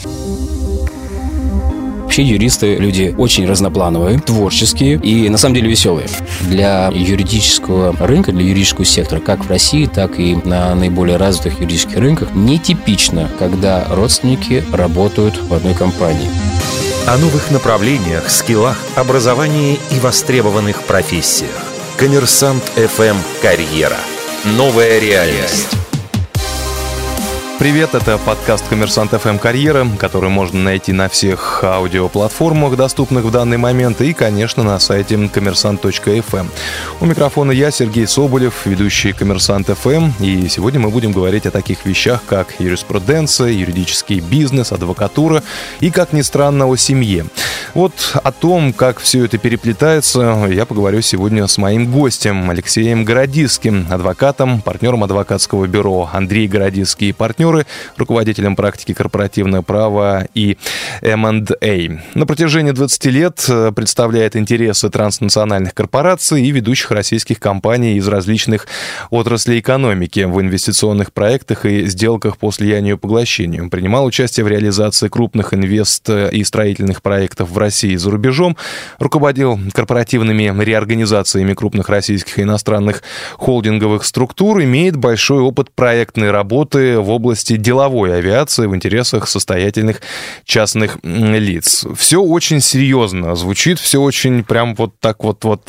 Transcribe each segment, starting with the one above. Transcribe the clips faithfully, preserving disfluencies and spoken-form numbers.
Вообще юристы люди очень разноплановые, творческие и на самом деле веселые. Для юридического рынка, для юридического сектора, как в России, так и на наиболее развитых юридических рынках, нетипично, когда родственники работают в одной компании. О новых направлениях, скиллах, образовании и востребованных профессиях. Коммерсант эф эм «Карьера». Новая реальность. Привет, это подкаст «Коммерсант эф эм Карьера», который можно найти на всех аудиоплатформах, доступных в данный момент, и, конечно, на сайте коммерсант точка эф эм. У микрофона я, Сергей Соболев, ведущий «Коммерсант эф эм», и сегодня мы будем говорить о таких вещах, как юриспруденция, юридический бизнес, адвокатура и, как ни странно, о семье. Вот о том, как все это переплетается, я поговорю сегодня с моим гостем Алексеем Городисским, адвокатом, партнером адвокатского бюро «Андрей Городисский и партнеры», руководителем практики корпоративного права и эм энд эй. На протяжении двадцати лет представляет интересы транснациональных корпораций и ведущих российских компаний из различных отраслей экономики в инвестиционных проектах и сделках по слиянию и поглощению. Принимал участие в реализации крупных инвест- и строительных проектов в России и за рубежом, руководил корпоративными реорганизациями крупных российских и иностранных холдинговых структур, имеет большой опыт проектной работы в области деловой авиации в интересах состоятельных частных лиц. Все очень серьезно звучит, все очень прям вот так вот, вот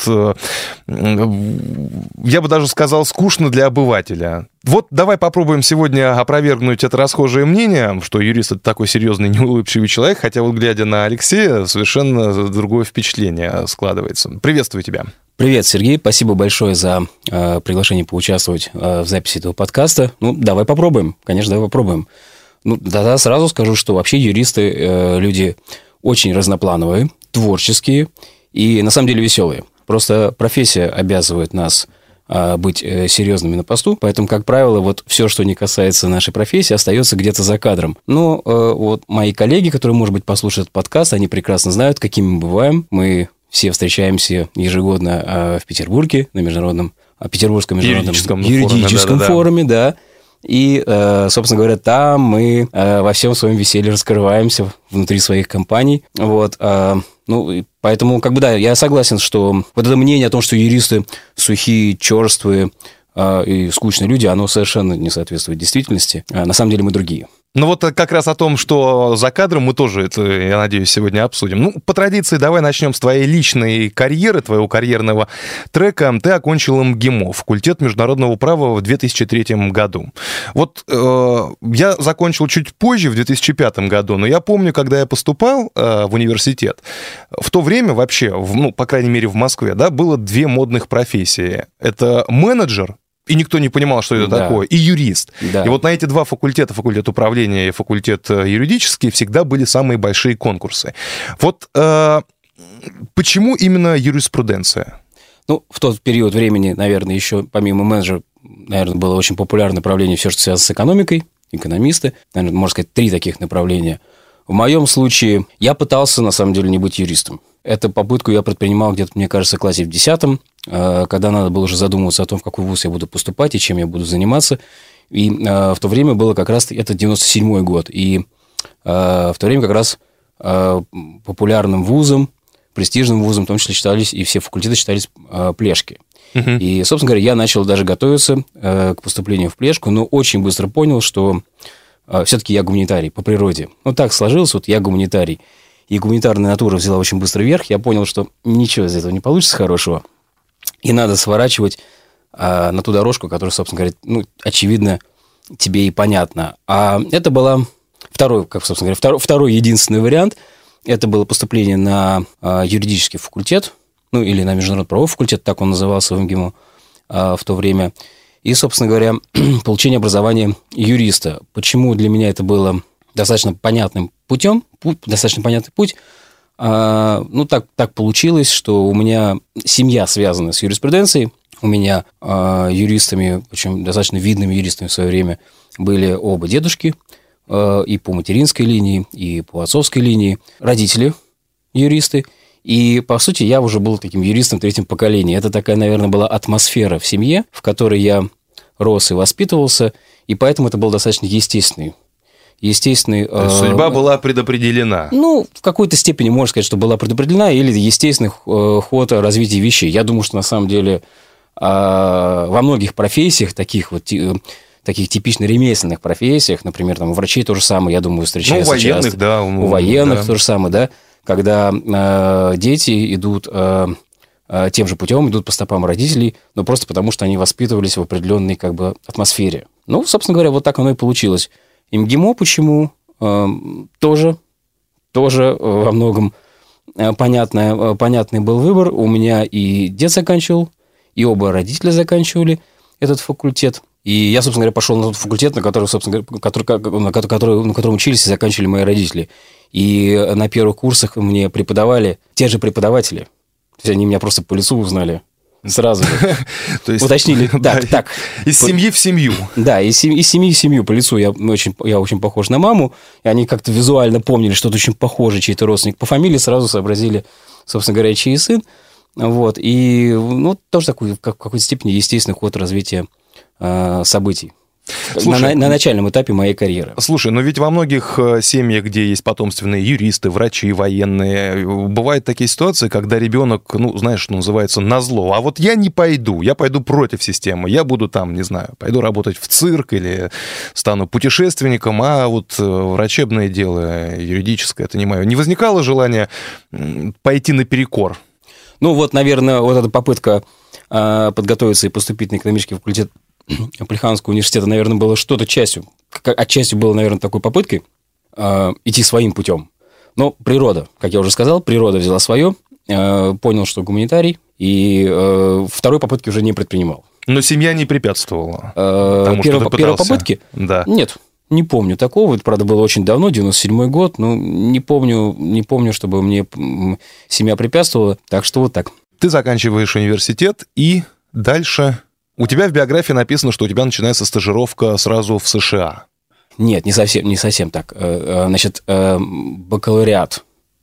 я бы даже сказал, скучно для обывателя. Вот давай попробуем сегодня опровергнуть это расхожее мнение, что юрист — это такой серьезный, неулыбчивый человек, хотя вот глядя на Алексея, совершенно другое впечатление складывается. Приветствую тебя. Привет, Сергей, спасибо большое за э, приглашение поучаствовать э, в записи этого подкаста. Ну, давай попробуем, конечно, давай попробуем. Ну, тогда сразу скажу, что вообще юристы э, люди очень разноплановые, творческие и на самом деле веселые. Просто профессия обязывает нас э, быть э, серьезными на посту, поэтому, как правило, вот все, что не касается нашей профессии, остается где-то за кадром. Но э, вот мои коллеги, которые, может быть, послушают подкаст, они прекрасно знают, какими мы бываем. Мы все встречаемся ежегодно э, в Петербурге на международном, Петербургском международном юридическом, юридическом форуме, форуме, да, да. И, э, собственно говоря, там мы э, во всем своем веселье раскрываемся внутри своих компаний. Вот, э, ну, поэтому, как бы, да, я согласен, что вот это мнение о том, что юристы сухие, черствые э, и скучные люди, оно совершенно не соответствует действительности. А на самом деле мы другие. Ну вот как раз о том, что за кадром, мы тоже это, я надеюсь, сегодня обсудим. Ну, по традиции, давай начнем с твоей личной карьеры, твоего карьерного трека. Ты окончил эм гэ эм о, факультет международного права, в две тысячи третьем году. Вот э, я закончил чуть позже, в две тысячи пятом году, но я помню, когда я поступал э, в университет, в то время вообще, в, ну, по крайней мере, в Москве, да, было две модных профессии. Это менеджер, и никто не понимал, что это да. такое, и юрист. Да. И вот на эти два факультета, факультет управления и факультет юридический, всегда были самые большие конкурсы. Вот э, почему именно юриспруденция? Ну, в тот период времени, наверное, еще помимо менеджера, наверное, было очень популярное направление все, что связано с экономикой, экономисты. Наверное, можно сказать, три таких направления. В моем случае я пытался, на самом деле, не быть юристом. Эту попытку я предпринимал где-то, мне кажется, в классе в десятом, когда надо было уже задумываться о том, в какой вуз я буду поступать и чем я буду заниматься. И в то время было как раз, это девяносто седьмой год, и в то время как раз популярным вузом, престижным вузом, в том числе считались, и все факультеты считались Плешки. Uh-huh. И, собственно говоря, я начал даже готовиться к поступлению в Плешку, но очень быстро понял, что все-таки я гуманитарий по природе. Ну, так сложилось, вот я гуманитарий. И гуманитарная натура взяла очень быстро вверх. Я понял, что ничего из этого не получится хорошего. И надо сворачивать а, на ту дорожку, которая, собственно говоря, ну, очевидно, тебе и понятна. А это была второй, как, собственно говоря, второй, второй единственный вариант. Это было поступление на а, юридический факультет, ну, или на международный правовой факультет, так он назывался в эм гэ эм о а, в то время. И, собственно говоря, получение образования юриста. Почему для меня это было достаточно понятным путем, путь, достаточно понятный путь. А, ну, так, так получилось, что у меня семья связана с юриспруденцией. У меня а, юристами, причем достаточно видными юристами в свое время, были оба дедушки, а, и по материнской линии, и по отцовской линии. Родители юристы. И, по сути, я уже был таким юристом третьего поколения. Это такая, наверное, была атмосфера в семье, в которой я рос и воспитывался, и поэтому это был достаточно естественный естественный... То есть судьба была предопределена. Ну, в какой-то степени можно сказать, что была предопределена, или естественный ход развития вещей. Я думаю, что на самом деле во многих профессиях, таких вот таких типично ремесленных профессиях, например, там, у врачей то же самое, я думаю, встречается ну, у военных, часто. Да, у, у военных да. то же самое, да, когда э, дети идут э, э, тем же путем, идут по стопам родителей, но просто потому, что они воспитывались в определенной как бы атмосфере. Ну, собственно говоря, вот так оно и получилось. МГИМО почему? Э, тоже, тоже э, во многом э, понятный, э, понятный был выбор. У меня и дед заканчивал, и оба родителя заканчивали этот факультет. И я, собственно говоря, пошел на тот факультет, на который, собственно говоря, который, на, который, на котором учились и заканчивали мои родители. И на первых курсах мне преподавали те же преподаватели. То есть они меня просто по лицу узнали сразу же. Уточнили. Так, так. Из семьи в семью. Да, из семьи в семью по лицу. Я очень, я очень похож на маму. И они как-то визуально помнили, что это очень похожий чей-то родственник. По фамилии сразу сообразили, собственно говоря, чей сын. Вот. И ну, тоже такой, в какой-то степени, естественный ход развития событий. Слушай, на, на начальном этапе моей карьеры. Слушай, но ведь во многих семьях, где есть потомственные юристы, врачи, военные, бывают такие ситуации, когда ребенок, ну, знаешь, что называется, назло. А вот я не пойду, я пойду против системы, я буду там, не знаю, пойду работать в цирк или стану путешественником, а вот врачебное дело, юридическое, это не мое. Не возникало желания пойти наперекор? Ну, вот, наверное, вот эта попытка подготовиться и поступить на экономический факультет Плеханского университета, наверное, было что-то частью, отчасти было, наверное, такой попыткой э, идти своим путем. Но природа, как я уже сказал, природа взяла свое, э, понял, что гуманитарий, и э, второй попытки уже не предпринимал. Но семья не препятствовала? Э, тому, первой, первой попытки? Да. Нет, не помню такого. Это, правда, было очень давно, девяносто седьмой год, но не помню, не помню, чтобы мне семья препятствовала, так что вот так. Ты заканчиваешь университет, и дальше... У тебя в биографии написано, что у тебя начинается стажировка сразу в США. Нет, не совсем, не совсем так. Значит, бакалавриат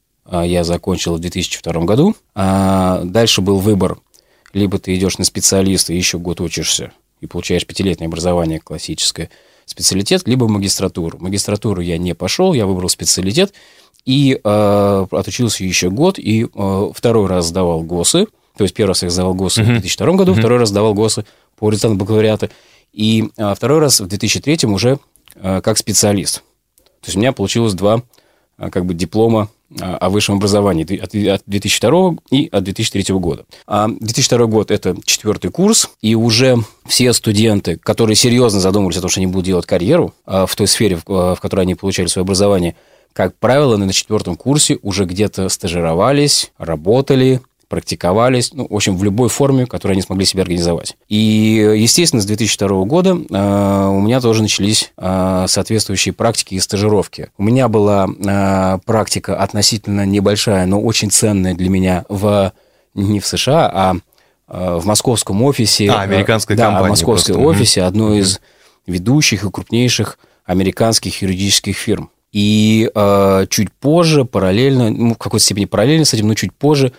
я закончил в две тысячи втором году. Дальше был выбор. Либо ты идешь на специалиста, еще год учишься и получаешь пятилетнее образование классическое, специалитет, либо магистратуру. Магистратуру я не пошел, я выбрал специалитет и отучился еще год, и второй раз сдавал ГОСы. То есть первый раз я сдавал ГОСы uh-huh. в две тысячи втором году, uh-huh. второй раз сдавал ГОСы по результатам бакалавриата, и а, второй раз в две тысячи третьем уже а, как специалист. То есть у меня получилось два а, как бы диплома а, о высшем образовании от, от две тысячи второго и от две тысячи третьего года. А две тысячи второй год – это четвертый курс, и уже все студенты, которые серьезно задумывались о том, что они будут делать карьеру а, в той сфере, в, в которой они получали свое образование, как правило, на четвертом курсе уже где-то стажировались, работали, практиковались, ну, в общем, в любой форме, которую они смогли себе организовать. И, естественно, с две тысячи второго года э, у меня тоже начались э, соответствующие практики и стажировки. У меня была э, практика относительно небольшая, но очень ценная для меня в, не в США, а э, в московском офисе. А, американской э, да, компании. Да, в московском просто. офисе одной из ведущих и крупнейших американских юридических фирм. И э, чуть позже, параллельно, ну, в какой-то степени параллельно с этим, но чуть позже,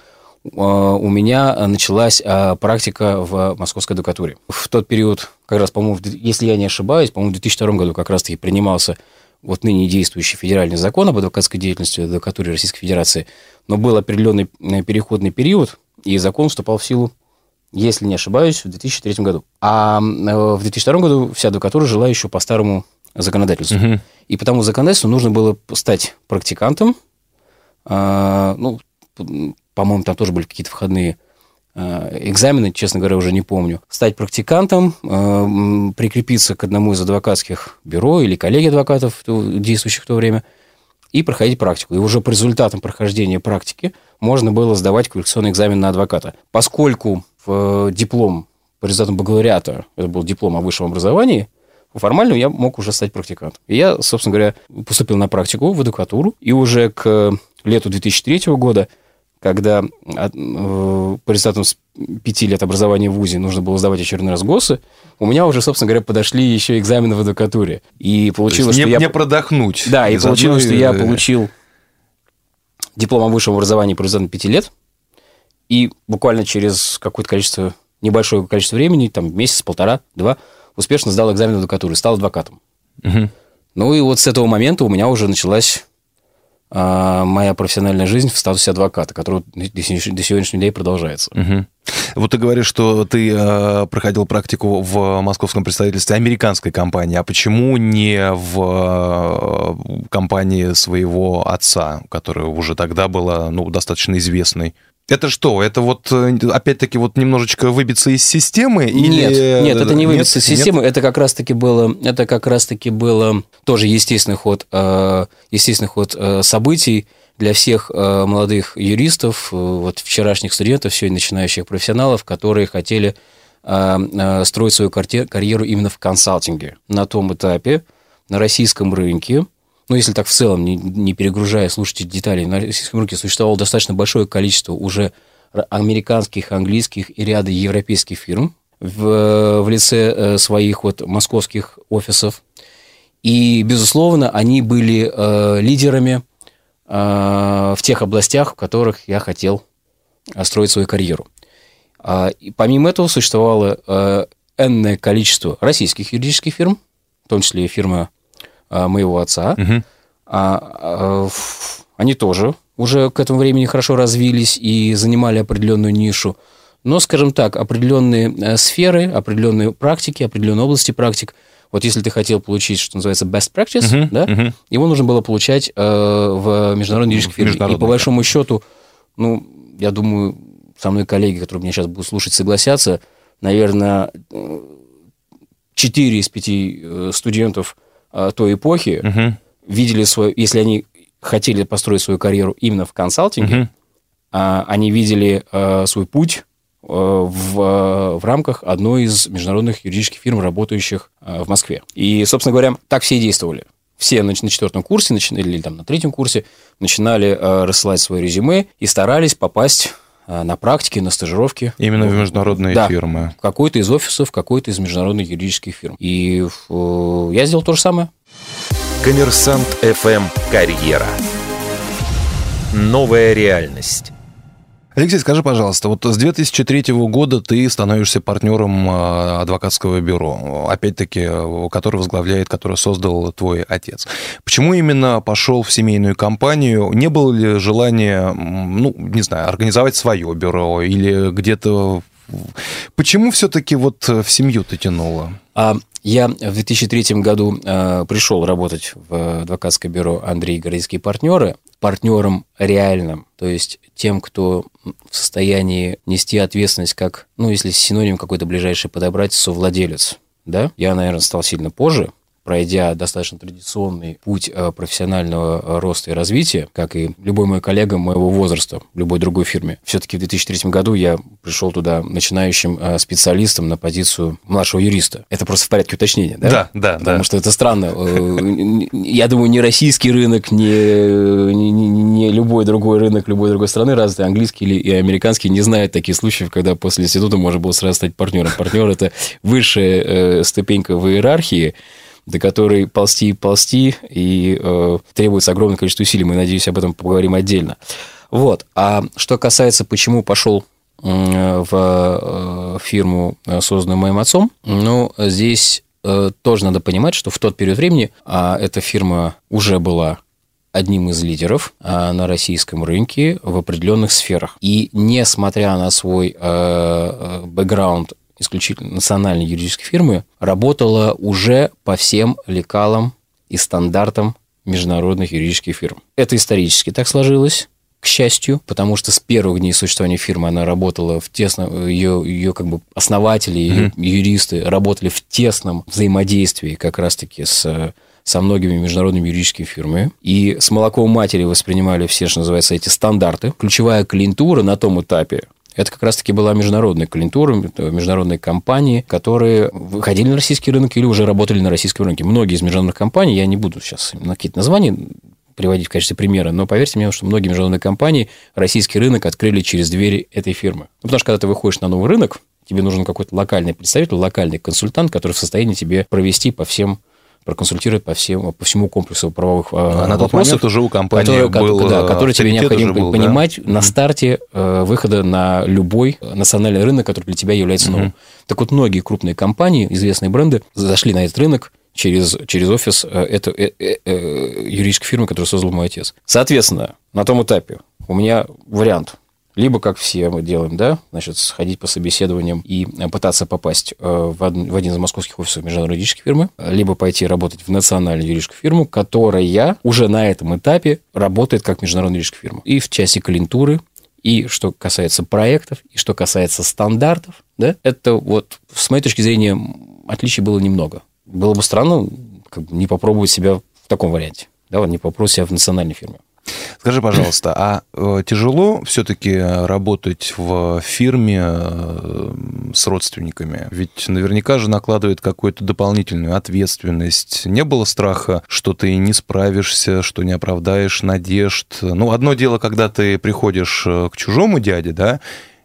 у меня началась практика в московской адвокатуре. В тот период, как раз, по-моему, если я не ошибаюсь, по-моему, в две тысячи втором году как раз-таки принимался вот ныне действующий федеральный закон об адвокатской деятельности в адвокатуре Российской Федерации, но был определенный переходный период, и закон вступал в силу, если не ошибаюсь, в две тысячи третьем году. А в две тысячи втором году вся адвокатура жила еще по старому законодательству. Угу. И по тому законодательству нужно было стать практикантом, ну, по-моему, там тоже были какие-то входные э, экзамены, честно говоря, уже не помню. Стать практикантом, э, прикрепиться к одному из адвокатских бюро или коллеги адвокатов, действующих в то время, и проходить практику. И уже по результатам прохождения практики можно было сдавать квалификационный экзамен на адвоката. Поскольку в диплом по результатам бакалавриата, это был диплом о высшем образовании, формально я мог уже стать практикантом. И я, собственно говоря, поступил на практику в адвокатуру, и уже к лету две тысячи третьего года, когда по результатам пяти лет образования в ВУЗе нужно было сдавать очередной раз ГОСы, у меня уже, собственно говоря, подошли еще экзамены в адвокатуре. И получилось, не, что я... не продохнуть. Да, и получилось, одной... что я получил диплом о высшем образовании по результатам пяти лет, и буквально через какое-то количество, небольшое количество времени, там месяц, полтора, два, успешно сдал экзамен в адвокатуре, стал адвокатом. Угу. Ну и вот с этого момента у меня уже началась а, моя профессиональная жизнь в статусе адвоката, которая до сегодняшнего дня продолжается. Угу. Вот ты говоришь, что ты э, проходил практику в московском представительстве американской компании. А почему не в э, компании своего отца, которая уже тогда была, ну, достаточно известной? Это что? Это вот, опять-таки, вот немножечко выбиться из системы? Нет, или... нет, это не выбиться нет, из системы. Нет? Это как раз-таки было, это как раз-таки было тоже естественный ход, естественный ход событий для всех молодых юристов, вот вчерашних студентов, сегодня начинающих профессионалов, которые хотели строить свою карьеру именно в консалтинге. На том этапе, на российском рынке, ну, если так в целом, не, не перегружая слушателей деталей, на российском рынке существовало достаточно большое количество уже американских, английских и ряда европейских фирм в, в лице своих вот московских офисов. И, безусловно, они были э, лидерами э, в тех областях, в которых я хотел строить свою карьеру. А, и помимо этого существовало э, энное количество российских юридических фирм, в том числе и фирма моего отца, угу. а, а, они тоже уже к этому времени хорошо развились и занимали определенную нишу. Но, скажем так, определенные сферы, определенные практики, определенные области практик, вот если ты хотел получить, что называется, best practice, uh-huh, да, uh-huh. его нужно было получать э, в международной юридической фирме. И по большому счету, ну, я думаю, со мной коллеги, которые меня сейчас будут слушать, согласятся, наверное, четыре из пяти студентов той эпохи uh-huh. видели свою, если они хотели построить свою карьеру именно в консалтинге, uh-huh. они видели свой путь в, в рамках одной из международных юридических фирм, работающих в Москве. И, собственно говоря, так все и действовали. Все на, на четвертом курсе или там, на третьем курсе начинали рассылать свои резюме и старались попасть на практике, на стажировке. Именно в международные да, фирмы. Какой-то из офисов, какой-то из международных юридических фирм. И э, я сделал то же самое. Коммерсант эф эм «Карьера». Новая реальность. Алексей, скажи, пожалуйста, вот с две тысячи третьего года ты становишься партнером адвокатского бюро, опять-таки, которое возглавляет, которое создал твой отец. Почему именно пошел в семейную компанию? Не было ли желания, ну, не знаю, организовать свое бюро или где-то... Почему все-таки вот в семью ты тянуло? Я в две тысячи третьем году пришел работать в адвокатское бюро «Андрей Городецкие партнеры», партнером реальным, то есть тем, кто в состоянии нести ответственность как, ну, если синоним какой-то ближайший подобрать, совладелец, да? Я, наверное, стал сильно позже, пройдя достаточно традиционный путь профессионального роста и развития, как и любой мой коллега моего возраста в любой другой фирме. Все-таки в две тысячи третьем году я пришел туда начинающим специалистом на позицию младшего юриста. Это просто в порядке уточнения, да? Да, да. Потому да. что это странно. Я думаю, ни российский рынок, ни, ни, ни любой другой рынок любой другой страны, разве английский или и американский, не знает таких случаев, когда после института можно было сразу стать партнером. Партнер – это высшая ступенька в иерархии, до которой ползти и ползти, и э, требуется огромное количество усилий. Мы, надеюсь, об этом поговорим отдельно. Вот. А что касается, почему пошел э, в э, фирму, созданную моим отцом, ну, здесь э, тоже надо понимать, что в тот период времени э, эта фирма уже была одним из лидеров э, на российском рынке в определенных сферах. И несмотря на свой э, бэкграунд исключительно национальной юридической фирмы, работала уже по всем лекалам и стандартам международных юридических фирм. Это исторически так сложилось, к счастью, потому что с первых дней существования фирмы она работала в тесном, ее, ее как бы основатели, ее mm-hmm. юристы работали в тесном взаимодействии как раз-таки с, со многими международными юридическими фирмами. И с молоком матери воспринимали все, что называется, эти стандарты. Ключевая клиентура на том этапе это как раз-таки была международная клиентура, международные компании, которые выходили на российский рынок или уже работали на российском рынке. Многие из международных компаний, я не буду сейчас какие-то названия приводить в качестве примера, но поверьте мне, что многие международные компании российский рынок открыли через двери этой фирмы. Ну, потому что когда ты выходишь на новый рынок, тебе нужен какой-то локальный представитель, локальный консультант, который в состоянии тебе провести по всем проконсультировать по, всем, по всему комплексу правовых а вопросов. На тот момент уже у компании который, был да, который тебе необходимо был, понимать да? на старте э, выхода на любой национальный рынок, который для тебя является новым. Mm-hmm. Так вот, многие крупные компании, известные бренды, зашли на этот рынок через, через офис это, э, э, э, юридической фирмы, которую создал мой отец. Соответственно, на том этапе у меня вариант. Либо, как все мы делаем, да, значит, сходить по собеседованиям и пытаться попасть в один, в один из московских офисов международной юридической фирмы, либо пойти работать в национальную юридическую фирму, которая уже на этом этапе работает как международная юридическая фирма. И в части клиентуры, и что касается проектов, и что касается стандартов, да, это вот, с моей точки зрения, отличий было немного. Было бы странно как бы не попробовать себя в таком варианте, да, вот не попробовать себя в национальной фирме. Скажи, пожалуйста, а э, тяжело все-таки работать в фирме э, с родственниками? Ведь наверняка же накладывает какую-то дополнительную ответственность. Не было страха, что ты не справишься, что не оправдаешь надежд? Ну, одно дело, когда ты приходишь к чужому дяде, да,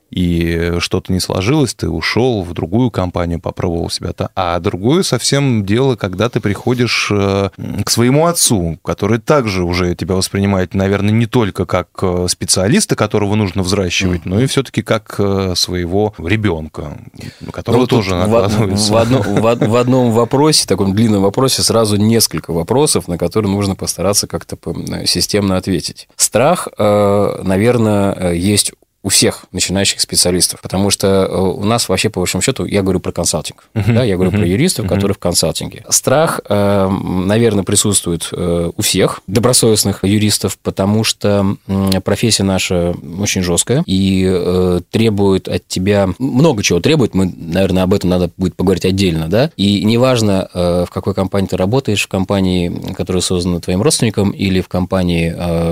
и что-то не сложилось, ты ушел в другую компанию, попробовал себя-то. А другое совсем дело, когда ты приходишь к своему отцу, который также уже тебя воспринимает, наверное, не только как специалиста, которого нужно взращивать, mm-hmm. но и все-таки как своего ребенка, которого ну, тоже накладывается. В, в, одно, в, в одном вопросе, таком длинном вопросе, сразу несколько вопросов, на которые нужно постараться как-то системно ответить. Страх, наверное, есть у всех начинающих специалистов, потому что у нас вообще, по большому счету, я говорю про консалтинг, uh-huh. да, я говорю uh-huh. про юристов, uh-huh. которые в консалтинге. Страх, наверное, присутствует у всех добросовестных юристов, потому что профессия наша очень жесткая и требует от тебя, много чего требует, мы, наверное, об этом надо будет поговорить отдельно, да, и неважно, в какой компании ты работаешь, в компании, которая создана твоим родственником, или в компании,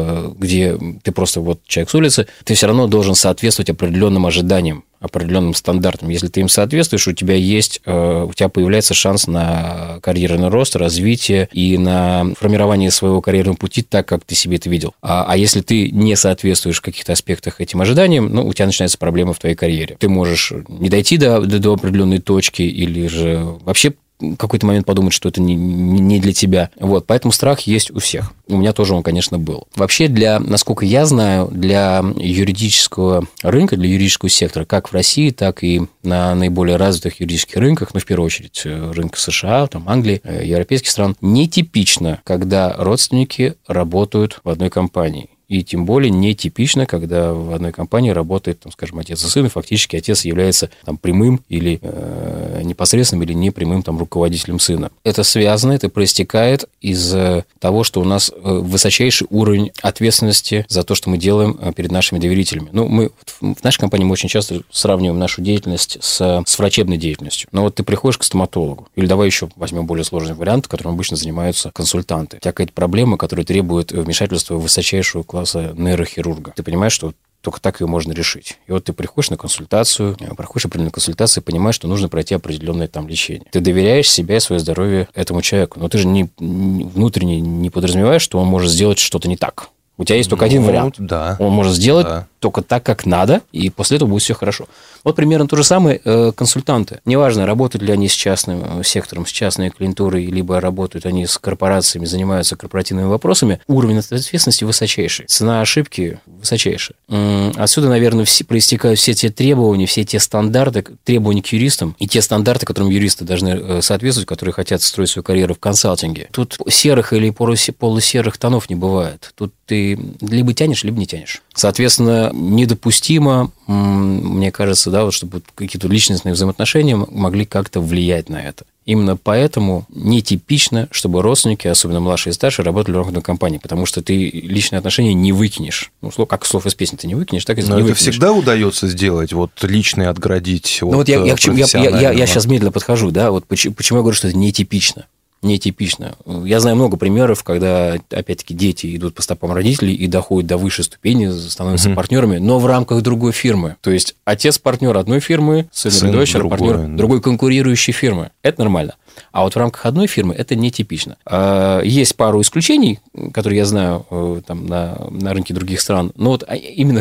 где ты просто вот человек с улицы, ты все равно должен соответствовать определенным ожиданиям, определенным стандартам. Если ты им соответствуешь, у тебя есть, у тебя появляется шанс на карьерный рост, развитие и на формирование своего карьерного пути так, как ты себе это видел. А, а если ты не соответствуешь в каких-то аспектах этим ожиданиям, ну, у тебя начинаются проблемы в твоей карьере. Ты можешь не дойти до, до, до определенной точки или же вообще в какой-то момент подумать, что это не, не для тебя. Вот, поэтому страх есть у всех. У меня тоже он, конечно, был. Вообще, для, насколько я знаю, для юридического рынка, для юридического сектора, как в России, так и на наиболее развитых юридических рынках, ну, в первую очередь, рынка США, там, Англии, европейских стран, нетипично, когда родственники работают в одной компании. И тем более нетипично, когда в одной компании работает, там, скажем, отец и сын, и фактически отец является там, прямым или э, непосредственным или непрямым там, руководителем сына. Это связано, это проистекает из того, что у нас высочайший уровень ответственности за то, что мы делаем перед нашими доверителями. Ну, мы в нашей компании мы очень часто сравниваем нашу деятельность с, с врачебной деятельностью. Но вот ты приходишь к стоматологу, или давай еще возьмем более сложный вариант, которым обычно занимаются консультанты. У тебя какая-то проблема, которая требует вмешательства высочайшего класса нейрохирурга. Ты понимаешь, что только так ее можно решить. И вот ты приходишь на консультацию, проходишь определенную консультацию и понимаешь, что нужно пройти определенное там лечение. Ты доверяешь себя и свое здоровье этому человеку, но ты же не, внутренне не подразумеваешь, что он может сделать что-то не так. У тебя есть только ну, один вариант. Да. Он может сделать да. только так, как надо, и после этого будет все хорошо. Вот примерно то же самое э, консультанты. Неважно, работают ли они с частным сектором, с частной клиентурой, либо работают они с корпорациями, занимаются корпоративными вопросами, уровень ответственности высочайший, цена ошибки высочайшая. Отсюда, наверное, все, проистекают все те требования, все те стандарты, требования к юристам, и те стандарты, которым юристы должны соответствовать, которые хотят строить свою карьеру в консалтинге. Тут серых или полусерых тонов не бывает. Тут ты либо тянешь, либо не тянешь. Соответственно, недопустимо, мне кажется, да, вот, чтобы какие-то личностные взаимоотношения могли как-то влиять на это. Именно поэтому нетипично, чтобы родственники, особенно младшие и старшие, работали в одной компании, потому что ты личные отношения не выкинешь. Ну, как слов из песни ты не выкинешь, так и не Но выкинешь. это всегда удается сделать, вот личные отградить от ну, вот я, я, профессионального. Я, я, я сейчас медленно подхожу, да, вот почему, почему я говорю, что это нетипично. Нетипично. Я знаю много примеров, когда, опять-таки, дети идут по стопам родителей и доходят до высшей ступени, становятся mm-hmm. партнерами, но в рамках другой фирмы. То есть, отец партнер одной фирмы, сын, сын или дочь партнер да. другой конкурирующей фирмы. Это нормально. А вот в рамках одной фирмы это нетипично. Есть пару исключений, которые я знаю там, на, на рынке других стран, но вот именно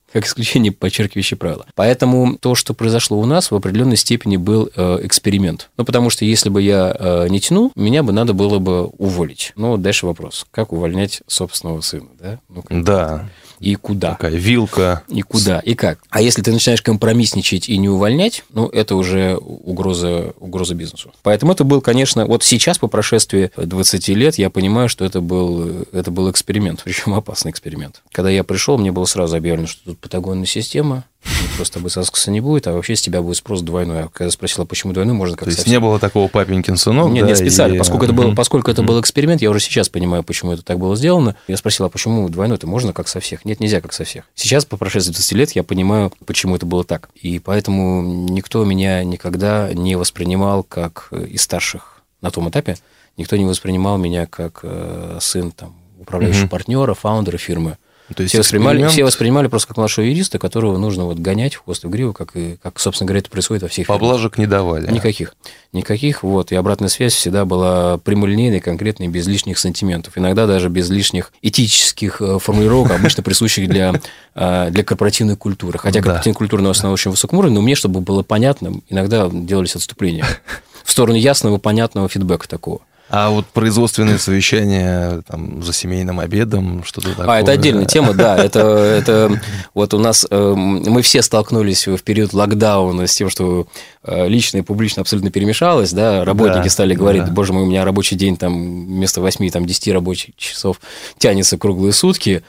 как исключение, подчеркивающее правило. Поэтому то, что произошло у нас, в определенной степени был э, эксперимент. Ну, потому что если бы я э, не тянул, меня бы надо было бы уволить. Ну, дальше вопрос. Как увольнять собственного сына, да? Ну, да. И куда? Такая вилка. И куда, и как. А если ты начинаешь компромиссничать и не увольнять, ну, это уже угроза, угроза бизнесу. Поэтому это был, конечно, вот сейчас, по прошествии двадцати лет, я понимаю, что это был, это был эксперимент, причем опасный эксперимент. Когда я пришел, мне было сразу объявлено, что тут патагонная система, просто с тобой соскаса не будет, а вообще с тебя будет спрос двойной. А когда я спросила, почему двойной, можно как-то... То есть, совсем... не было такого папенькин сынок? Нет, да, нет, специально. и... Поскольку, это был, поскольку это был эксперимент, я уже сейчас понимаю, почему это так было сделано. Я спросила, а почему двойной-то можно как со всех? Нет, нельзя как со всех. Сейчас, по прошествии двадцати лет, я понимаю, почему это было так. И поэтому никто меня никогда не воспринимал как из старших на том этапе. Никто не воспринимал меня как сын там, управляющего угу. партнера, фаундера фирмы. То есть все, воспринимали, все воспринимали просто как младшего юриста, которого нужно вот гонять в хвост и в гриву, как, и, как, собственно говоря, это происходит во всех фирмах. Поблажек не давали. Никаких. Никаких. Вот. И обратная связь всегда была прямолинейной, конкретной, без лишних сантиментов. Иногда даже без лишних этических формулировок, обычно присущих для, для корпоративной культуры. Хотя корпоративная да. культура на основе очень высоком уровне, но мне, чтобы было понятно, иногда делались отступления в сторону ясного, понятного фидбэка такого. А вот производственные совещания там, за семейным обедом, что-то такое? А, это отдельная тема, да. Это, это вот у нас э, мы все столкнулись в период локдауна с тем, что э, личное и публично абсолютно перемешалось, да, работники да, стали говорить, да. боже мой, у меня рабочий день там вместо восьми, там, десяти рабочих часов тянется круглые сутки,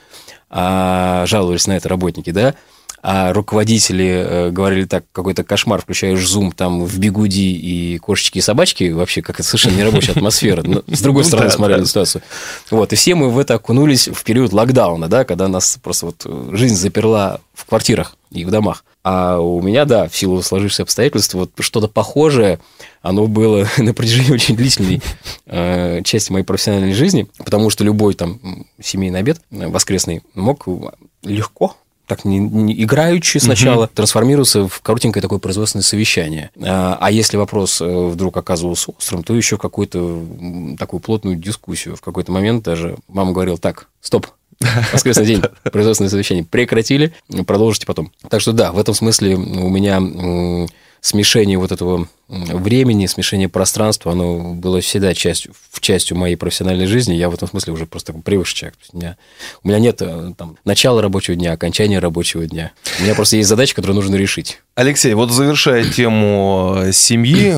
а жаловались на это работники, да. А руководители э, говорили так, какой-то кошмар, включаешь Zoom там в бигуди и кошечки и собачки, вообще как это совершенно нерабочая атмосфера. Но с другой стороны смотрели на ситуацию. Вот, и все мы в это окунулись в период локдауна, да, когда нас просто вот жизнь заперла в квартирах и в домах. А у меня, да, в силу сложившихся обстоятельств, вот что-то похожее, оно было на протяжении очень длительной э, части моей профессиональной жизни, потому что любой там семейный обед воскресный мог легко, так не, не играючи сначала, угу. трансформироваться в коротенькое такое производственное совещание. А, а если вопрос вдруг оказывался острым, то еще какую-то такую плотную дискуссию. В какой-то момент даже мама говорила, так, стоп, воскресный день, производственное совещание прекратили, продолжите потом. Так что да, в этом смысле у меня смешение вот этого времени, смешение пространства, оно было всегда частью, частью моей профессиональной жизни. Я в этом смысле уже просто привычный человек. У меня, у меня нет там, начала рабочего дня, окончания рабочего дня. У меня просто есть задачи, которые нужно решить. Алексей, вот завершая тему семьи,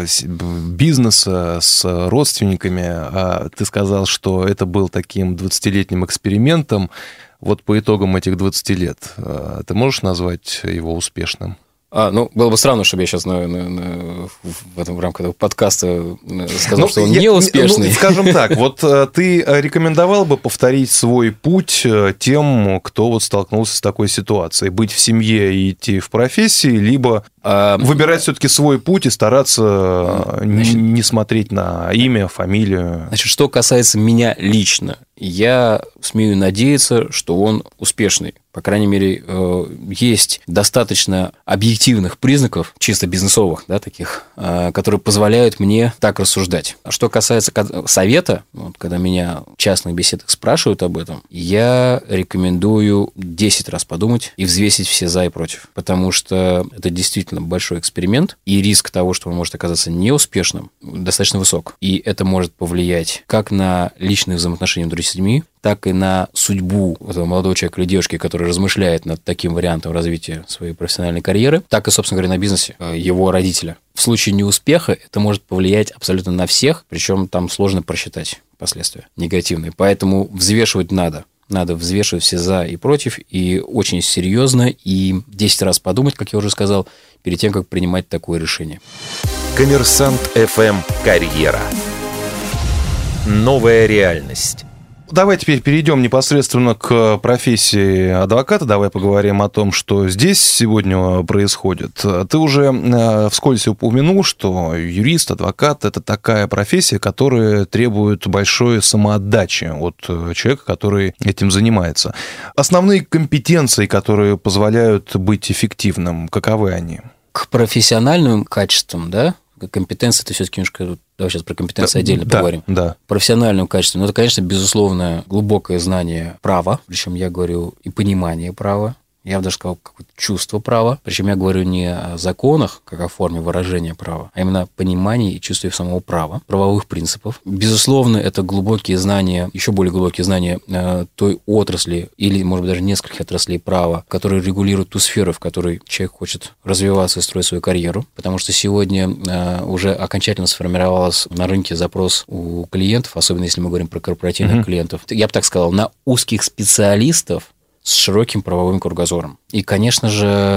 бизнеса с родственниками, ты сказал, что это был таким двадцатилетним экспериментом. Вот по итогам этих двадцати лет ты можешь назвать его успешным? А, ну, было бы странно, чтобы я сейчас на, на, на, в, этом, в рамках этого подкаста сказал, ну, что он я, не успешный. Ну, скажем так, вот ты рекомендовал бы повторить свой путь тем, кто вот столкнулся с такой ситуацией? Быть в семье и идти в профессии, либо а, выбирать все-таки свой путь и стараться значит, не, не смотреть на имя, фамилию? Значит, что касается меня лично, я смею надеяться, что он успешный. По крайней мере, есть достаточно объективных признаков, чисто бизнесовых, да, таких, которые позволяют мне так рассуждать. А что касается совета, вот, когда меня в частных беседах спрашивают об этом, я рекомендую десять раз подумать и взвесить все за и против. Потому что это действительно большой эксперимент, и риск того, что он может оказаться неуспешным, достаточно высок. И это может повлиять как на личные взаимоотношения внутри семьи, так и на судьбу этого молодого человека или девушки, который размышляет над таким вариантом развития своей профессиональной карьеры, так и, собственно говоря, на бизнесе его родителя. В случае неуспеха это может повлиять абсолютно на всех, причем там сложно просчитать последствия негативные. Поэтому взвешивать надо. Надо взвешивать все за и против, и очень серьезно, и десять раз подумать, как я уже сказал, перед тем, как принимать такое решение. Коммерсант эф эм «Карьера». Новая реальность. Давай теперь перейдем непосредственно к профессии адвоката. Давай поговорим о том, что здесь сегодня происходит. Ты уже вскользь упомянул, что юрист, адвокат – это такая профессия, которая требует большой самоотдачи от человека, который этим занимается. Основные компетенции, которые позволяют быть эффективным, каковы они? К профессиональным качествам, да? Компетенции, это все-таки немножко... Давай сейчас про компетенции да, отдельно да, поговорим. Да. Профессиональным качеством. Ну, это, конечно, безусловно, глубокое знание права. Причем я говорю и понимание права. я бы даже сказал, какое-то чувство права. Причем я говорю не о законах, как о форме выражения права, а именно понимании и чувстве самого права, правовых принципов. Безусловно, это глубокие знания, еще более глубокие знания э, той отрасли или, может быть, даже нескольких отраслей права, которые регулируют ту сферу, в которой человек хочет развиваться и строить свою карьеру. Потому что сегодня э, уже окончательно сформировалась на рынке запрос у клиентов, особенно если мы говорим про корпоративных mm-hmm. клиентов. Я бы так сказал, на узких специалистов с широким правовым кругозором. И, конечно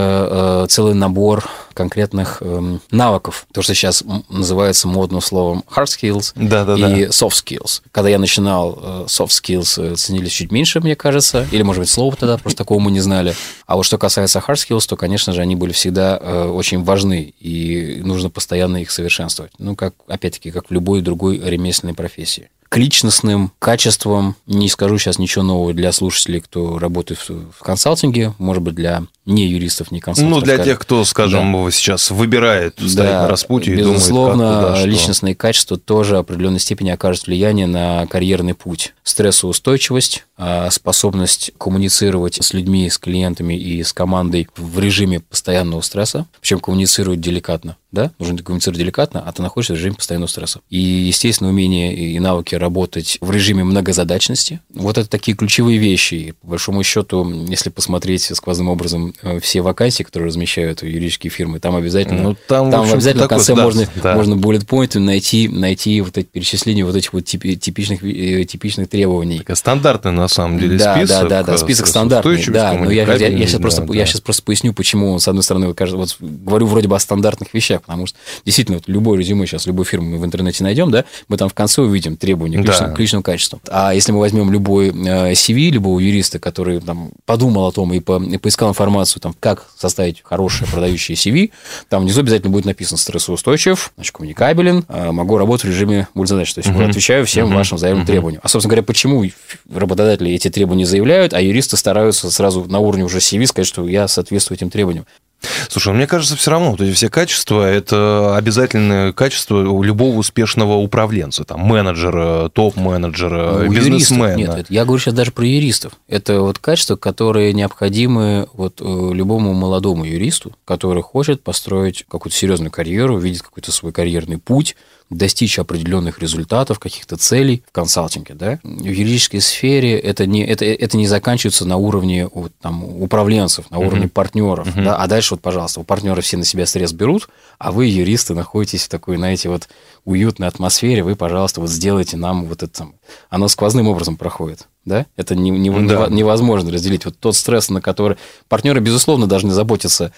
же, целый набор конкретных навыков. То, что сейчас называется модным словом hard skills Да-да-да. и soft skills. Когда я начинал, soft skills ценились чуть меньше, мне кажется. Или, может быть, слова тогда просто такого мы не знали. А вот что касается hard skills, то, конечно же, они были всегда очень важны. И нужно постоянно их совершенствовать. Ну, как, опять-таки, как в любой другой ремесленной профессии. К личностным качествам не скажу сейчас ничего нового для слушателей, кто работает в консалтинге, может быть, для не юристов, не консалтантов. Ну, для тех, кто, скажем, да. сейчас выбирает стоять да, на распутье и думает, безусловно, как, куда, личностные что. качества тоже в определенной степени окажут влияние на карьерный путь. Стрессоустойчивость, способность коммуницировать с людьми, с клиентами и с командой в режиме постоянного стресса, причем коммуницировать деликатно. Да? Нужно коммуницировать деликатно, а ты находишься в режиме постоянного стресса. И, естественно, умение и навыки работать в режиме многозадачности. Вот это такие ключевые вещи. И, по большому счету, если посмотреть сквозным образом все вакансии, которые размещают юридические фирмы, там обязательно, ну, там, там обязательно в конце да, можно, да. можно bullet-point найти, найти вот эти перечисления вот этих вот типичных, типичных требований. Так, стандартный, на самом деле, да, список. Да, да, да, список стандартный. Да, но я, я, я, сейчас просто, да, я да. сейчас просто поясню, почему, с одной стороны, кажется, вот говорю вроде бы о стандартных вещах, потому что действительно вот любое резюме сейчас, любой фирмы мы в интернете найдем, да, мы там в конце увидим требования к личному, да. к личному качеству. А если мы возьмем любой си ви, любого юриста, который там подумал о том и, по, и поискал информацию, там, как составить хорошее продающее си ви, там внизу обязательно будет написано стрессоустойчив, значит, коммуникабелен, могу работать в режиме мультизадач, то есть uh-huh. отвечаю всем uh-huh. вашим заявленным uh-huh. требованиям. А, собственно говоря, почему работодатели эти требования заявляют, а юристы стараются сразу на уровне уже си ви сказать, что я соответствую этим требованиям. Слушай, мне кажется, все равно вот эти все качества – это обязательное качество любого успешного управленца, там, менеджера, топ-менеджера, ну, бизнесмена. Нет, это, я говорю сейчас даже про юристов. Это вот качества, которые необходимы вот любому молодому юристу, который хочет построить какую-то серьезную карьеру, видит какой-то свой карьерный путь, достичь определенных результатов, каких-то целей в консалтинге, да. В юридической сфере это не, это, это не заканчивается на уровне вот, там, управленцев, на уровне uh-huh. партнеров, uh-huh. да, а дальше вот, пожалуйста, у партнеров все на себя стресс берут, а вы, юристы, находитесь в такой, знаете, вот уютной атмосфере, вы, пожалуйста, вот сделайте нам вот это, оно сквозным образом проходит. Да? Это не, не, да. невозможно разделить. Вот тот стресс, на который партнеры, безусловно, должны заботиться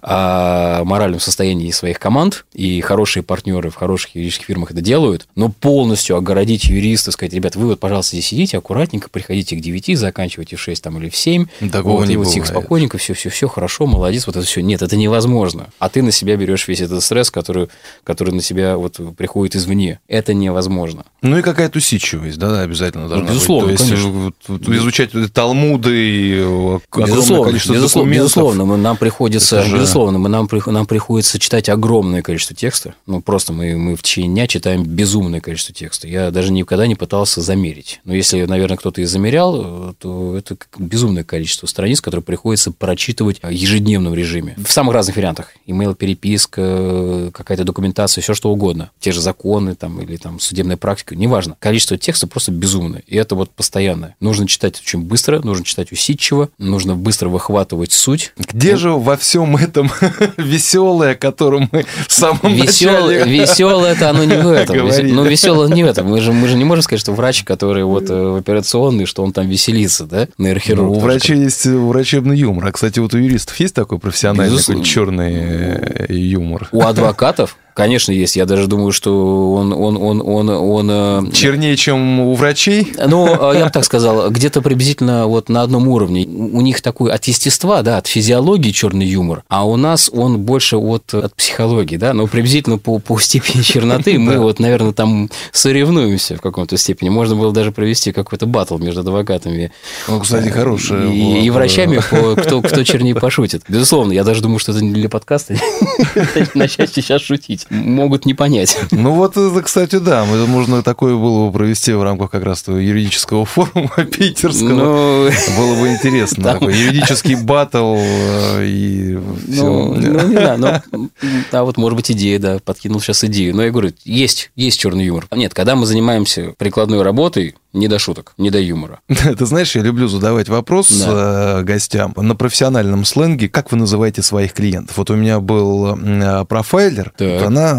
о моральном состоянии своих команд, и хорошие партнеры в хороших юридических фирмах это делают, но полностью огородить юристов, сказать, ребят, вы вот, пожалуйста, здесь сидите аккуратненько, приходите к девяти, заканчивайте в шесть там, или в семь, вот, и вот всех спокойненько, все-все-все, хорошо, молодец, вот это все. Нет, это невозможно. А ты на себя берешь весь этот стресс, который, который на себя вот приходит извне. Это невозможно. Ну и какая-то усидчивость, да, обязательно должна ну, безусловно, быть. То есть, конечно. Изучать талмуды и огромное безусловно, количество безусловно, документов. Безусловно, мы, нам, приходится, же... безусловно мы, нам, нам приходится читать огромное количество текста. Ну, просто мы, мы в течение дня читаем безумное количество текста. Я даже никогда не пытался замерить. Но если, наверное, кто-то и замерял, то это безумное количество страниц, которые приходится прочитывать в ежедневном режиме. В самых разных вариантах. Имейл-переписка, какая-то документация, все что угодно. Те же законы там, или там, судебная практика, неважно. Количество текста просто безумное. И это вот постоянное. Нужно читать очень быстро, нужно читать усидчиво, нужно быстро выхватывать суть. Где ну, же во всем этом веселое, о котором мы в самом Весел... начале Веселое это оно не в этом. Ну, веселое не в этом. Мы же, мы же не можем сказать, что врач, который вот в операционной, что он там веселится, да? Нейрохирург. Ну, у врачей есть врачебный юмор. А, кстати, вот у юристов есть такой профессиональный такой черный юмор? У адвокатов? Конечно, есть. Я даже думаю, что он... он, он, он, он чернее, чем у врачей? Ну, я бы так сказал, где-то приблизительно вот на одном уровне. У них такой от естества, да, от физиологии черный юмор, а у нас он больше от, от психологии, да, но приблизительно по, по степени черноты мы вот, наверное, там соревнуемся в каком-то степени. Можно было даже провести какой-то баттл между адвокатами. Ну, кстати, хороший. И, и врачами, по, кто, кто чернее пошутит. Безусловно, я даже думаю, что это не для подкаста начать сейчас шутить. могут не понять. Ну вот, это, кстати, да, можно такое было бы провести в рамках как раз юридического форума питерского. Но... Было бы интересно. Там... Такой юридический баттл и все. Ну, ну не знаю, но... А вот, может быть, идея, да, подкинул сейчас идею. Но я говорю, есть, есть черный юмор. Нет, когда мы занимаемся прикладной работой, не до шуток, не до юмора. Ты знаешь, я люблю задавать вопрос да. гостям на профессиональном сленге. Как вы называете своих клиентов? Вот у меня был профайлер, вот она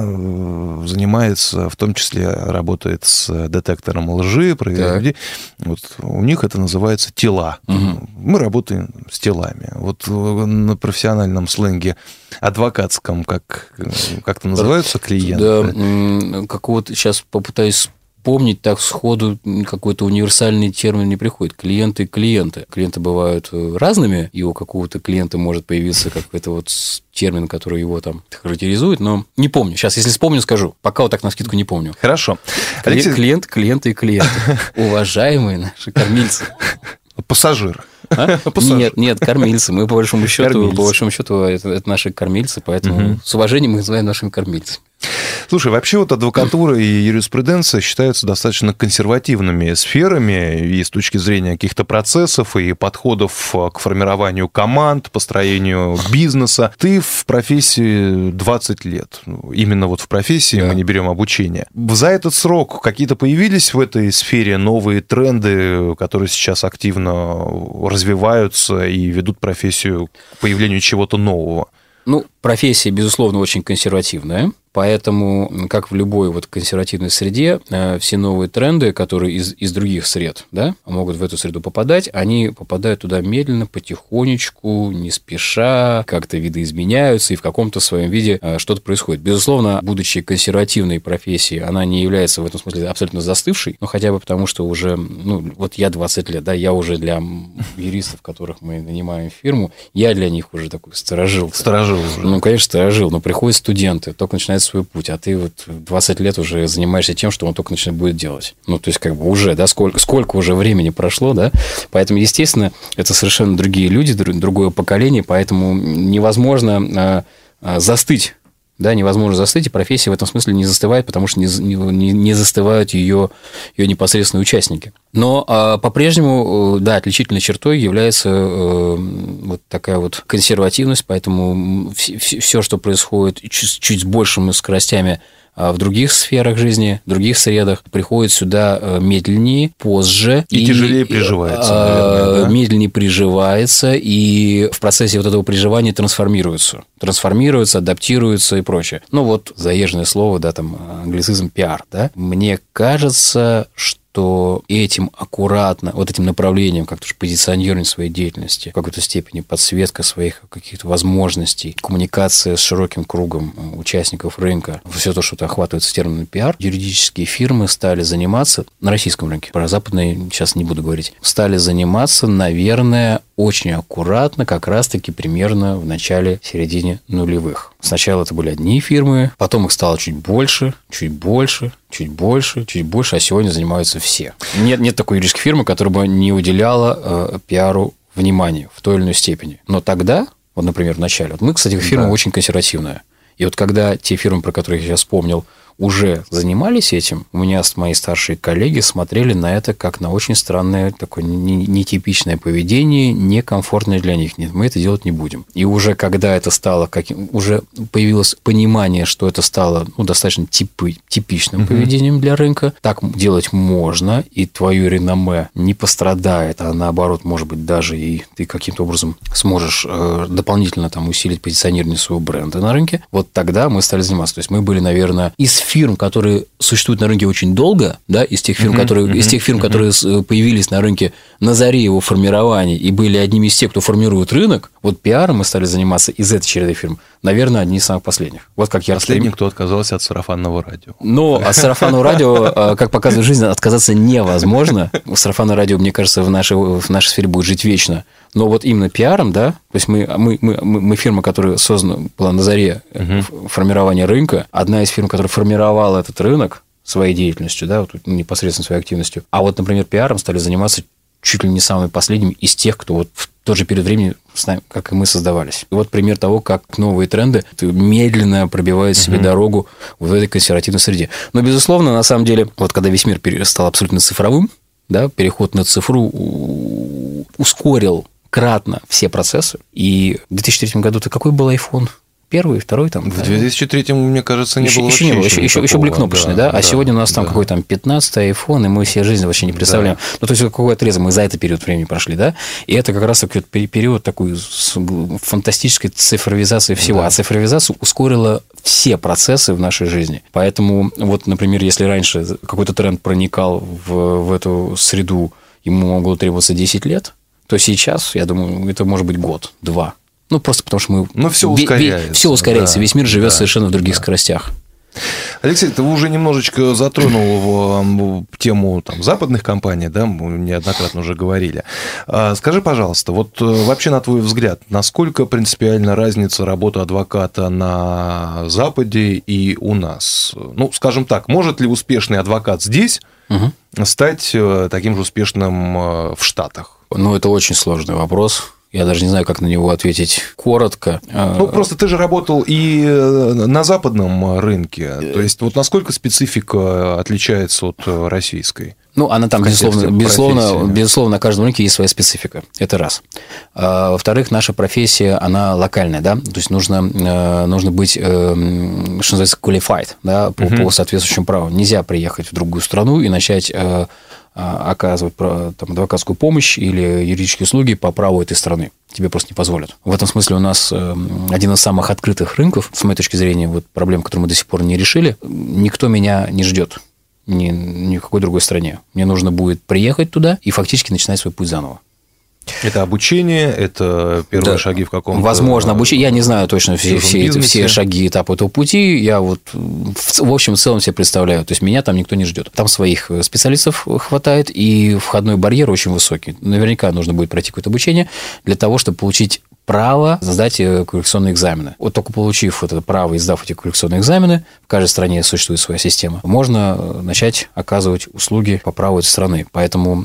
занимается, в том числе работает с детектором лжи, проверяет людей. Вот у них это называется тела. Угу. Мы работаем с телами. Вот на профессиональном сленге адвокатском как, как-то называются клиенты? Да, какого-то сейчас попытаюсь помнить так сходу какой-то универсальный термин не приходит. Клиенты – клиенты. Клиенты бывают разными, и у какого-то клиента может появиться какой-то вот термин, который его там характеризует, но не помню. Сейчас, если вспомню, скажу. Пока вот так навскидку не помню. Хорошо. Алексей... Клиент, клиенты и клиенты. Уважаемые наши кормильцы. Пассажиры. А? Нет, нет, кормильцы. Мы, по большому счету, кормильцы. по большому счету это, это наши кормильцы, поэтому угу. с уважением мы их называем нашими кормильцами. Слушай, вообще вот адвокатура и юриспруденция считаются достаточно консервативными сферами и с точки зрения каких-то процессов и подходов к формированию команд, построению бизнеса. Ты в профессии двадцать лет. Именно вот в профессии да. мы не берем обучение. За этот срок какие-то появились в этой сфере новые тренды, которые сейчас активно развиваются и ведут профессию к появлению чего-то нового? Ну, профессия, безусловно, очень консервативная. Поэтому, как в любой вот консервативной среде, все новые тренды, которые из, из других сред, да, могут в эту среду попадать, они попадают туда медленно, потихонечку, не спеша, как-то видоизменяются, и в каком-то своем виде что-то происходит. Безусловно, будучи консервативной профессией, она не является в этом смысле абсолютно застывшей, но хотя бы потому, что уже, ну, вот я двадцать лет, да, я уже для юристов, которых мы нанимаем в фирму, я для них уже такой сторожил. Сторожил уже. Ну, конечно, сторожил, но приходят студенты, только начинается свой путь, а ты вот двадцать лет уже занимаешься тем, что он только начинает будет делать. Ну, то есть, как бы уже, да, сколько, сколько уже времени прошло, да, поэтому, естественно, это совершенно другие люди, другое поколение, поэтому невозможно а, а, застыть, да, невозможно застыть, и профессия в этом смысле не застывает, потому что не, не, не застывают ее, ее непосредственные участники. Но а, по-прежнему, да, отличительной чертой является а, вот такая вот консервативность, поэтому все, что происходит чуть, чуть с большими скоростями в других сферах жизни, в других средах, приходит сюда медленнее, позже. И, и тяжелее приживается, наверное, да? Медленнее приживается, и в процессе вот этого приживания трансформируется. Трансформируется, адаптируется и прочее. Ну, вот заезженное слово, да, там, англицизм пиар, да. Мне кажется, что что этим аккуратно, вот этим направлением, как-то позиционирование своей деятельности, в какой-то степени подсветка своих каких-то возможностей, коммуникация с широким кругом участников рынка, все то, что охватывается термином пиар, юридические фирмы стали заниматься на российском рынке, про западные сейчас не буду говорить, стали заниматься, наверное, очень аккуратно, как раз-таки примерно в начале-середине нулевых. Сначала это были одни фирмы, потом их стало чуть больше, чуть больше, чуть больше, чуть больше, а сегодня занимаются все. Нет, нет такой юридической фирмы, которая бы не уделяла э, пиару внимания в той или иной степени. Но тогда, вот, например, в начале, вот мы, кстати, фирма да. очень консервативная. И вот когда те фирмы, про которые я сейчас вспомнил, уже занимались этим, у меня мои старшие коллеги смотрели на это как на очень странное, такое нетипичное поведение, некомфортное для них. Нет, мы это делать не будем. И уже когда это стало, каким, уже появилось понимание, что это стало ну, достаточно типы, типичным uh-huh. поведением для рынка, так делать можно, и твое реноме не пострадает, а наоборот, может быть, даже и ты каким-то образом сможешь э, дополнительно там, усилить позиционирование своего бренда на рынке, вот тогда мы стали заниматься. То есть мы были, наверное, из фирм, которые существуют на рынке очень долго, да, из тех фирм, uh-huh, которые, uh-huh, из тех фирм, uh-huh. которые появились на рынке на заре его формирования и были одними из тех, кто формирует рынок, вот пиаром мы стали заниматься из этой череды фирм, наверное, одни из самых последних. Вот как я Последний, кто отказался от сарафанного радио. Но от сарафанного радио, как показывает жизнь, отказаться невозможно. Сарафанное радио, мне кажется, в нашей, в нашей сфере будет жить вечно. Но вот именно пиаром, да, то есть мы, мы, мы, мы фирма, которая создана была на заре uh-huh. формирования рынка, одна из фирм, которая формировала этот рынок своей деятельностью, да, вот, непосредственно своей активностью. А вот, например, пиаром стали заниматься чуть ли не самыми последними из тех, кто вот в тот же период времени, как и мы, создавались. И вот пример того, как новые тренды медленно пробивают себе uh-huh. дорогу в этой консервативной среде. Но, безусловно, на самом деле, вот когда весь мир стал абсолютно цифровым, да, переход на цифру ускорил кратно все процессы. И в две тысячи третьем году-то какой был iPhone? Первый, второй там. В две тысячи третьем, мне кажется, не еще, было еще вообще не было, еще, еще, еще были кнопочные, да, да? А да, сегодня у нас там да. какой-то там пятнадцатый iPhone, и мы себе жизнь вообще не представляем. Да. Ну, то есть, какой отрезок мы за этот период времени прошли, да? И это как раз такой период такой фантастической цифровизации всего. Да. А цифровизация ускорила все процессы в нашей жизни. Поэтому, вот, например, если раньше какой-то тренд проникал в, в эту среду, ему могло требоваться десять лет, то сейчас, я думаю, это может быть год, два. Ну, просто потому что мы... Но все ускоряется. Все ускоряется, да, весь мир живет да, совершенно в других да. скоростях. Алексей, ты уже немножечко затронул тему там, западных компаний, да, мы неоднократно уже говорили. Скажи, пожалуйста, вот вообще, на твой взгляд, насколько принципиальна разница работы адвоката на Западе и у нас? Ну, скажем так, может ли успешный адвокат здесь угу. стать таким же успешным в Штатах? Ну, это очень сложный вопрос. Я даже не знаю, как на него ответить коротко. Ну, просто ты же работал и на западном рынке. То есть, вот насколько специфика отличается от российской? Ну, она там, безусловно, безусловно, безусловно, на каждом рынке есть своя специфика. Это раз. А, во-вторых, наша профессия, она локальная, да, то есть нужно, нужно быть, что называется, qualified, да, по, uh-huh. по соответствующему праву. Нельзя приехать в другую страну и начать оказывать там, адвокатскую помощь или юридические услуги по праву этой страны. Тебе просто не позволят. В этом смысле у нас один из самых открытых рынков, с моей точки зрения, вот проблем, которые мы до сих пор не решили. Никто меня не ждет ни, ни в какой другой стране. Мне нужно будет приехать туда и фактически начинать свой путь заново. Это обучение, это первые да. шаги в каком-то... Возможно, обучение. Я не знаю точно все, все, все шаги, этапы этого пути. Я вот в, в общем в целом себе представляю. То есть, меня там никто не ждет. Там своих специалистов хватает, и входной барьер очень высокий. Наверняка нужно будет пройти какое-то обучение для того, чтобы получить право сдать квалификационные экзамены. Вот только получив вот это право и сдав эти квалификационные экзамены, в каждой стране существует своя система, можно начать оказывать услуги по праву этой страны. Поэтому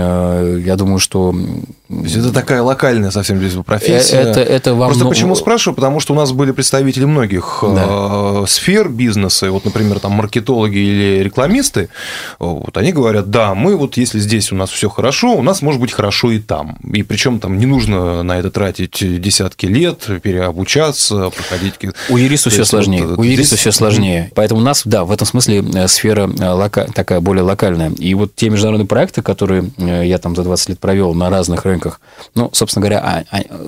э, я думаю, что... То есть, это такая локальная совсем здесь профессия. Это, это вам... Просто почему спрашиваю? Потому что у нас были представители многих да. сфер бизнеса, вот, например, там маркетологи или рекламисты, вот они говорят, да, мы вот если здесь у нас все хорошо, у нас может быть хорошо и там. И причем там не нужно на это тратить десятки лет, переобучаться, проходить... У юристов все сложнее. Вот, у юристов здесь... все сложнее. Поэтому у нас, да, в этом смысле сфера лока... такая более локальная. И вот те международные проекты, которые я там за двадцать лет провел на разных рынках, ну, собственно говоря,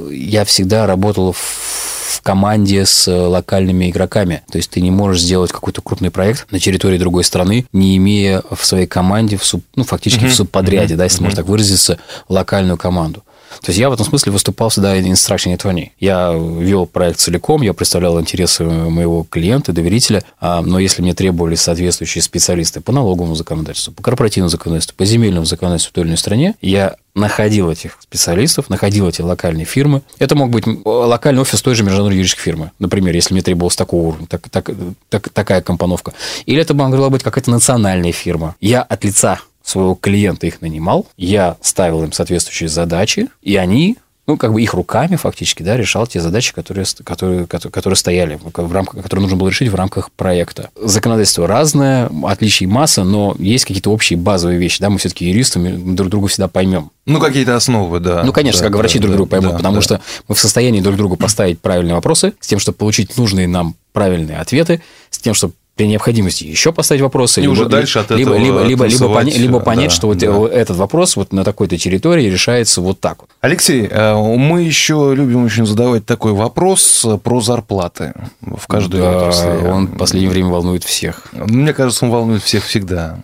я всегда работал в команде с локальными игроками. То есть, ты не можешь сделать какой-то крупный проект на территории другой страны, не имея в своей команде, в суб... ну, фактически uh-huh. в субподряде, uh-huh. да, если uh-huh. можно так выразиться, локальную команду. То есть, я в этом смысле выступал всегда instruction attorney. Я вел проект целиком, я представлял интересы моего клиента, доверителя, но если мне требовались соответствующие специалисты по налоговому законодательству, по корпоративному законодательству, по земельному законодательству в той или иной стране, я находил этих специалистов, находил эти локальные фирмы. Это мог быть локальный офис той же международной юридической фирмы, например, если мне требовалась такого уровня, так, так, так, такая компоновка. Или это могла быть какая-то национальная фирма. Я от лица своего клиента их нанимал, я ставил им соответствующие задачи, и они, ну, как бы их руками фактически, да, решал те задачи, которые, которые, которые стояли, в рамках, которые нужно было решить в рамках проекта. Законодательство разное, отличий масса, но есть какие-то общие базовые вещи, да, мы все-таки юристы, мы друг друга всегда поймем. Ну, какие-то основы, да. Ну, конечно, да, как врачи да, друг друга поймут, да, потому да. что мы в состоянии друг другу поставить правильные вопросы, с тем, чтобы получить нужные нам правильные ответы, с тем, чтобы при необходимости еще поставить вопросы, и либо, уже дальше от либо, этого либо, либо, либо, понять, либо понять, да, что вот да. этот вопрос вот на такой-то территории решается вот так вот. Алексей, мы еще любим очень задавать такой вопрос про зарплаты в каждой да, отрасли. Он в последнее время волнует всех. Мне кажется, он волнует всех всегда.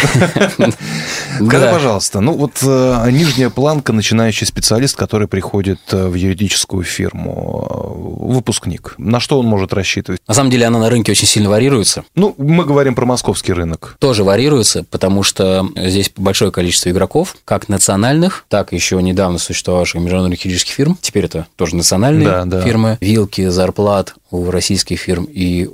Скажи, пожалуйста, ну вот нижняя планка, начинающий специалист, который приходит в юридическую фирму, выпускник, на что он может рассчитывать? На самом деле, она на рынке очень сильно варьируется. Ну, мы говорим про московский рынок. Тоже варьируется, потому что здесь большое количество игроков, как национальных, так и еще недавно существовавших международных юридических фирм. Теперь это тоже национальные да, да. фирмы. Вилки зарплат у российских фирм и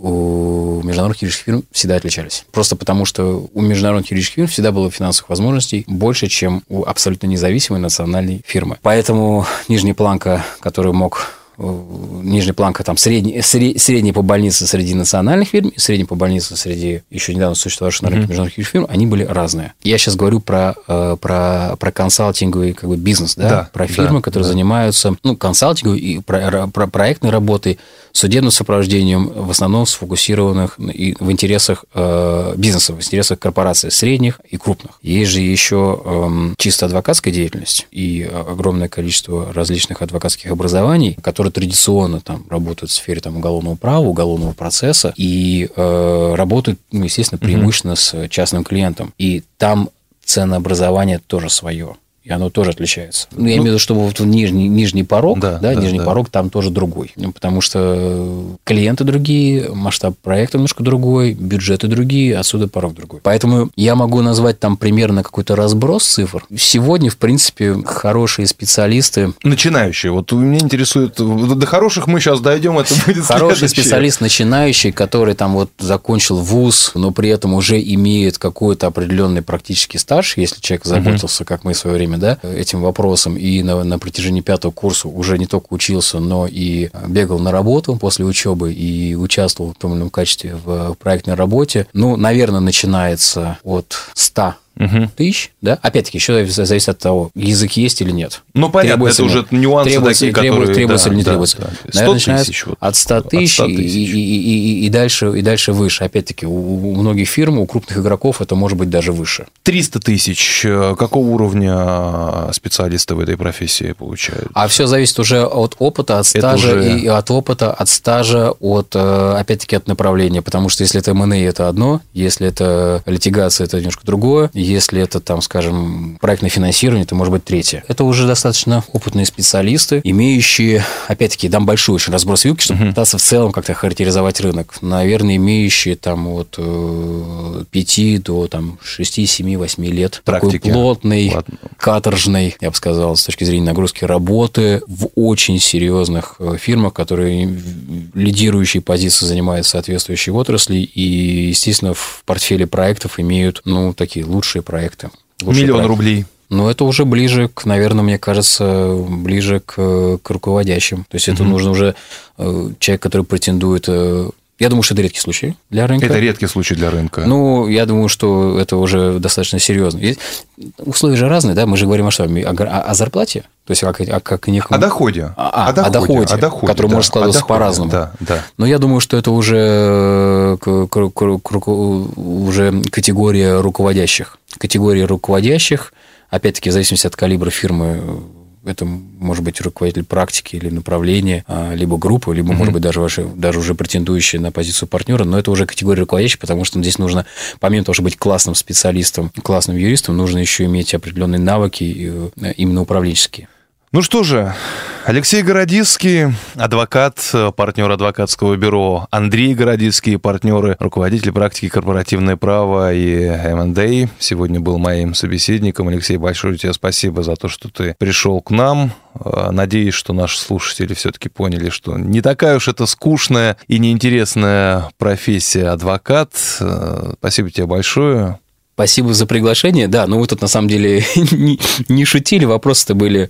у международных юридических фирм всегда отличались. Просто потому, что у международных юридических фирм всегда было финансовых возможностей больше, чем у абсолютно независимой национальной фирмы. Поэтому нижняя планка, которую мог... Нижняя планка там средний, средняя по больнице среди национальных фирм и средняя по больнице среди еще недавно существовавших на рынке mm-hmm. международных юридических фирм, они были разные. Я сейчас говорю про, про, про консалтинговый как бы, бизнес, да? Да, про фирмы, да, которые да. занимаются ну, консалтинговой и про, про проектной работой, судебным сопровождением, в основном сфокусированных и в интересах э, бизнеса, в интересах корпораций средних и крупных. Есть же еще э, чисто адвокатская деятельность и огромное количество различных адвокатских образований, которые традиционно там, работают в сфере там, уголовного права, уголовного процесса и э, работают, ну, естественно, преимущественно mm-hmm. с частным клиентом. И там ценообразование тоже свое. И оно тоже отличается. Ну, я ну, имею в виду, что вот нижний, нижний порог, да, да, да, нижний да. порог там тоже другой. Потому что клиенты другие, масштаб проекта немножко другой, бюджеты другие, отсюда порог другой. Поэтому я могу назвать там примерно какой-то разброс цифр. Сегодня, в принципе, хорошие специалисты... Начинающие. Вот меня интересует... До хороших мы сейчас дойдем, это будет Хороший следующее. Специалист начинающий, который там вот закончил вуз, но при этом уже имеет какой-то определенный практический стаж, если человек заботился, uh-huh. как мы в свое время, да, этим вопросом, и на, на протяжении пятого курса уже не только учился, но и бегал на работу после учебы и участвовал в том или ином качестве в проектной работе. Ну, наверное, начинается от ста угу. тысяч, да? Опять-таки, еще зависит от того, язык есть или нет. Ну, понятно, требуется это уже нюансы требуется, такие, требуется, которые... Требуется да, или не да, требуется. Да, да. Наверное, начинается от ста тысяч и, и, и, и, дальше, и дальше выше. Опять-таки, у, у многих фирм, у крупных игроков это может быть даже выше. триста тысяч. Какого уровня специалисты в этой профессии получают? А все зависит уже от опыта, от стажа, уже... и от опыта, от стажа, от, опять-таки, от направления. Потому что если это эм энд эй, это одно, если это литигация, это немножко другое, если это там, скажем, проектное финансирование, это может быть третье. Это уже достаточно опытные специалисты, имеющие, опять-таки, дам большой очень разброс вилки, чтобы uh-huh. пытаться в целом как-то характеризовать рынок. Наверное, имеющие там от пяти до там, шести, семи, восьми лет. Практики. Такой плотный, Ладно. каторжный, я бы сказал, с точки зрения нагрузки работы в очень серьезных фирмах, которые лидирующие позиции занимают соответствующие отрасли и, естественно, в портфеле проектов имеют, ну, такие лучшие проекты. Лучшие Миллион проекты. рублей. Ну, это уже ближе к, наверное, мне кажется, ближе к, к руководящим. То есть, это mm-hmm. нужно уже человек, который претендует... Я думаю, что это редкий случай для рынка. Это редкий случай для рынка. Ну, я думаю, что это уже достаточно серьезно. Условия же разные, да? Мы же говорим о что? О, о зарплате? То есть, как, о, как неком... О доходе. А, о, доходе, о доходе, о доходе, который да, может складываться по-разному. Да, да. Но я думаю, что это уже, к, к, к, к, уже категория руководящих. Категория руководящих, опять-таки, в зависимости от калибра фирмы, это может быть руководитель практики или направления, либо группы, либо, mm-hmm. может быть, даже, ваши, даже уже претендующие на позицию партнера, но это уже категория руководящих, потому что здесь нужно, помимо того, чтобы быть классным специалистом, классным юристом, нужно еще иметь определенные навыки, именно управленческие. Ну что же, Алексей Городицкий, адвокат, партнер адвокатского бюро, Андрей Городицкий, партнеры, руководитель практики корпоративное право и эм энд эй, сегодня был моим собеседником. Алексей, большое тебе спасибо за то, что ты пришел к нам. Надеюсь, что наши слушатели все-таки поняли, что не такая уж это скучная и неинтересная профессия адвокат. Спасибо тебе большое. Спасибо за приглашение. Да, ну вы тут на самом деле не, не шутили, вопросы-то были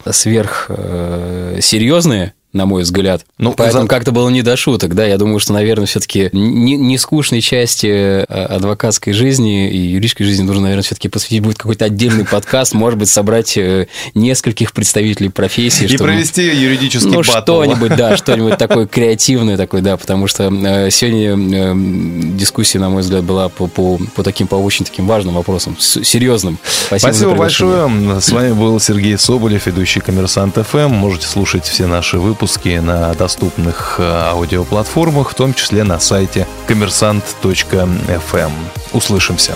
сверхсерьезные, на мой взгляд. Ну, поэтому за... как-то было не до шуток, да. Я думаю, что, наверное, все-таки не, не скучной части адвокатской жизни и юридической жизни нужно, наверное, все-таки посвятить будет какой-то отдельный подкаст, может быть, собрать нескольких представителей профессии. И чтобы... провести юридический ну, баттл. что-нибудь, да, что-нибудь такое креативное такое, да, потому что сегодня дискуссия, на мой взгляд, была по, по, по таким, по очень таким важным вопросам, серьезным. Спасибо, Спасибо большое. С вами был Сергей Соболев, ведущий «Коммерсант эф эм». Можете слушать все наши выпуски на доступных аудиоплатформах, в том числе на сайте коммерсант точка эф эм. Услышимся.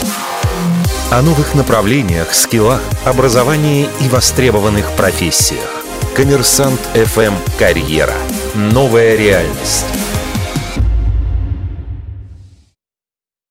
О новых направлениях, скиллах, образовании и востребованных профессиях. Коммерсант эф эм «Карьера». Новая реальность.